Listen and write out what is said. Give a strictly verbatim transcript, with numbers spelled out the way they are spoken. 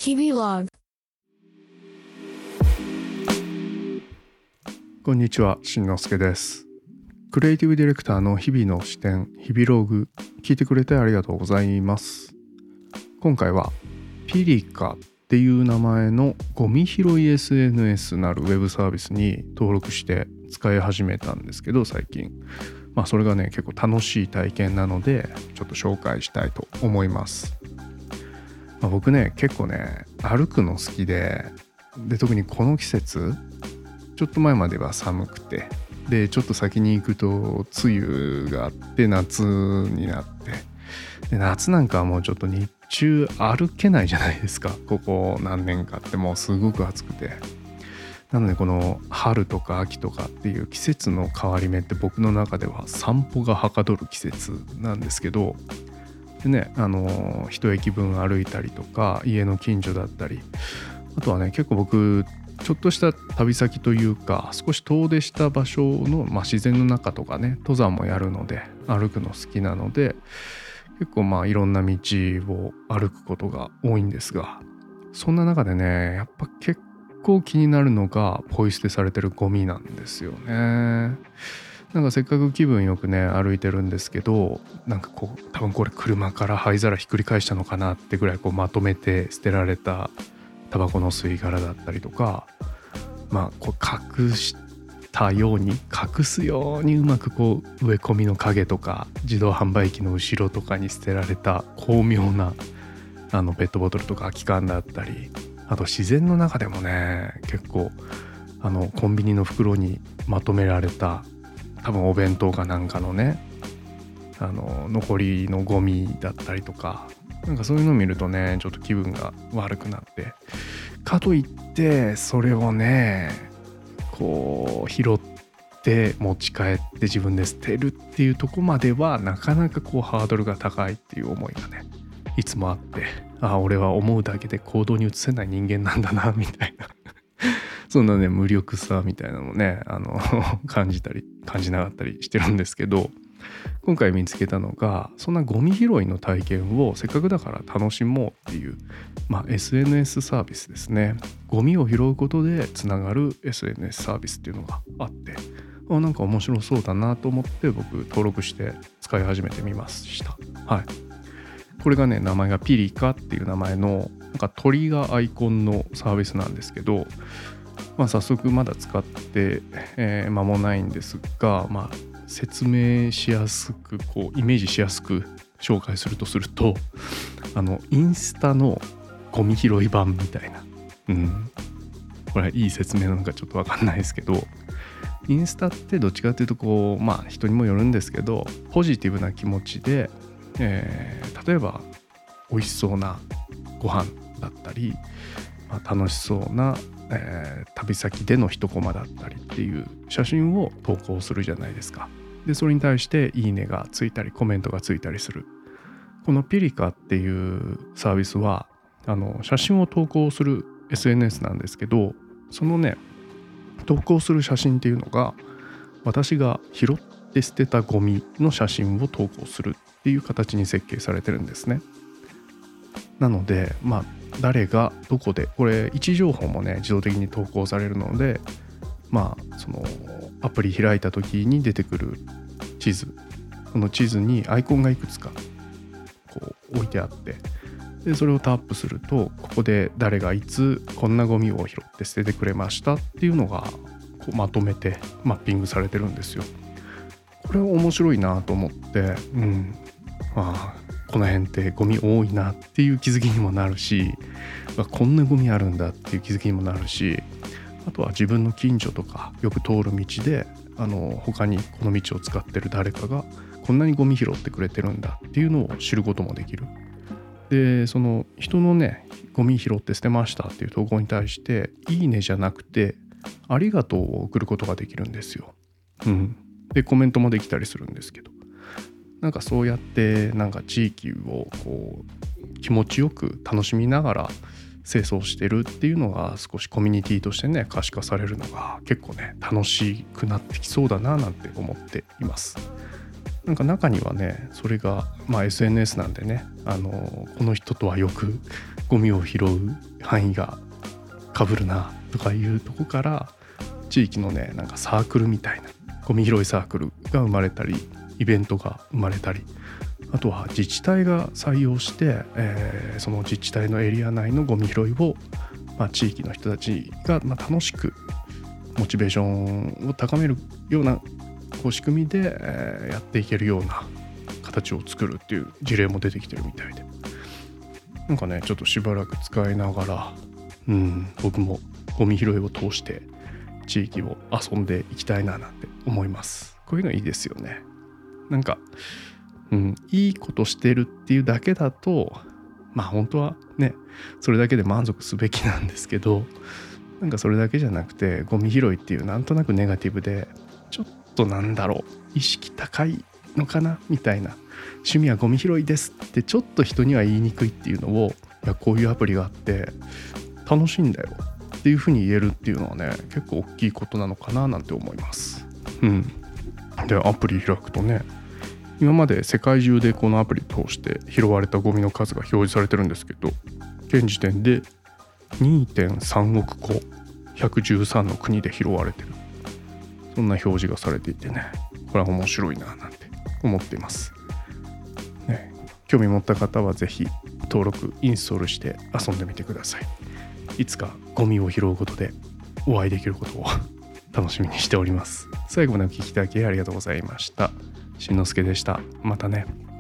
日々ログ。 こんにちは、しんのすけです。クリエイティブディレクターの日々の視点、日々ログ、聞いてくれてありがとうございます。今回はピリカっていう名前のゴミ拾い エスエヌエス なるウェブサービスに登録して使い始めたんですけど、最近まあそれがね結構楽しい体験なのでちょっと紹介したいと思います。まあ、僕ね結構ね歩くの好きでで特にこの季節ちょっと前までは寒くてでちょっと先に行くと梅雨があって夏になってで夏なんかはもうちょっと日中歩けないじゃないですか。ここ何年かってもうすごく暑くて、なのでこの春とか秋とかっていう季節の変わり目って僕の中では散歩がはかどる季節なんですけど、でねあの一駅分歩いたりとか家の近所だったり、あとはね結構僕ちょっとした旅先というか少し遠出した場所の、まあ、自然の中とかね登山もやるので歩くの好きなので結構まあいろんな道を歩くことが多いんですが、そんな中でねやっぱ結構気になるのがポイ捨てされてるゴミなんですよね。なんかせっかく気分よくね歩いてるんですけど、なんかこう多分これ車から灰皿ひっくり返したのかなってぐらいこうまとめて捨てられたタバコの吸い殻だったりとか、まあこう隠したように隠すようにうまくこう植え込みの影とか自動販売機の後ろとかに捨てられた巧妙なあのペットボトルとか空き缶だったり、あと自然の中でもね結構あのコンビニの袋にまとめられた多分お弁当かなんかのねあの残りのゴミだったりとか、なんかそういうのを見るとねちょっと気分が悪くなって、かといってそれをねこう拾って持ち帰って自分で捨てるっていうとこまではなかなかこうハードルが高いっていう思いがねいつもあって、ああ俺は思うだけで行動に移せない人間なんだなみたいなそんなね無力さみたいなのもねあの感じたり感じなかったりしてるんですけど、今回見つけたのがそんなゴミ拾いの体験をせっかくだから楽しもうっていう、まあ、エスエヌエス サービスですね。ゴミを拾うことでつながる エスエヌエス サービスっていうのがあって、あなんか面白そうだなと思って僕登録して使い始めてみました。はい、これがね名前がピリカっていう名前のなんか鳥がアイコンのサービスなんですけど、まあ、早速まだ使って、えー、間もないんですが、まあ、説明しやすくこうイメージしやすく紹介するとすると、あのインスタのゴミ拾い版みたいな、うん、これはいい説明なのかちょっと分かんないですけど、インスタってどっちかというとこうまあ人にもよるんですけどポジティブな気持ちで、えー、例えば美味しそうなご飯だったり、まあ、楽しそうなえー、旅先での一コマだったりっていう写真を投稿するじゃないですか。でそれに対していいねがついたりコメントがついたりする。このピリカっていうサービスはあの写真を投稿する エスエヌエス なんですけど、そのね投稿する写真っていうのが私が拾って捨てたゴミの写真を投稿するっていう形に設計されてるんですね。なのでまあ誰がどこでこれ位置情報もね自動的に投稿されるので、まあそのアプリ開いた時に出てくる地図、この地図にアイコンがいくつかこう置いてあって、でそれをタップするとここで誰がいつこんなゴミを拾って捨ててくれましたっていうのがこうまとめてマッピングされてるんですよ。これは面白いなと思って、うんまあこの辺ってゴミ多いなっていう気づきにもなるし、こんなゴミあるんだっていう気づきにもなるし、あとは自分の近所とかよく通る道であの他にこの道を使ってる誰かがこんなにゴミ拾ってくれてるんだっていうのを知ることもできる。でその人のねゴミ拾って捨てましたっていう投稿に対していいねじゃなくてありがとうを送ることができるんですよ。うん、でコメントもできたりするんですけど、なんかそうやってなんか地域をこう気持ちよく楽しみながら清掃してるっていうのが少しコミュニティとしてね可視化されるのが結構ね楽しくなってきそうだななんて思っています。 なんか中にはね、それがまあ エスエヌエス なんでね、あのこの人とはよくゴミを拾う範囲が被るなとかいうとこから地域のねなんかサークルみたいなゴミ拾いサークルが生まれたり、イベントが生まれたり、あとは自治体が採用して、えー、その自治体のエリア内のゴミ拾いを、まあ、地域の人たちが、まあ、楽しくモチベーションを高めるようなこう仕組みで、えー、やっていけるような形を作るっていう事例も出てきてるみたいで、なんかねちょっとしばらく使いながら、うん、僕もゴミ拾いを通して地域を遊んでいきたいななんて思います。こういうのいいですよね。なんか、うん、いいことしてるっていうだけだとまあ本当はねそれだけで満足すべきなんですけど、なんかそれだけじゃなくてゴミ拾いっていうなんとなくネガティブでちょっとなんだろう意識高いのかなみたいな、趣味はゴミ拾いですってちょっと人には言いにくいっていうのを、いやこういうアプリがあって楽しいんだよっていうふうに言えるっていうのはね結構大きいことなのかななんて思います。うん。でアプリ開くとね、今まで世界中でこのアプリ通して拾われたゴミの数が表示されてるんですけど、現時点で にてんさんおくこひゃくじゅうさんの国で拾われてる、そんな表示がされていてね、これは面白いななんて思っています、ね、興味持った方はぜひ登録インストールして遊んでみてください。いつかゴミを拾うことでお会いできることを楽しみにしております。最後までお聞きいただきありがとうございました。しんのすけでした。またね。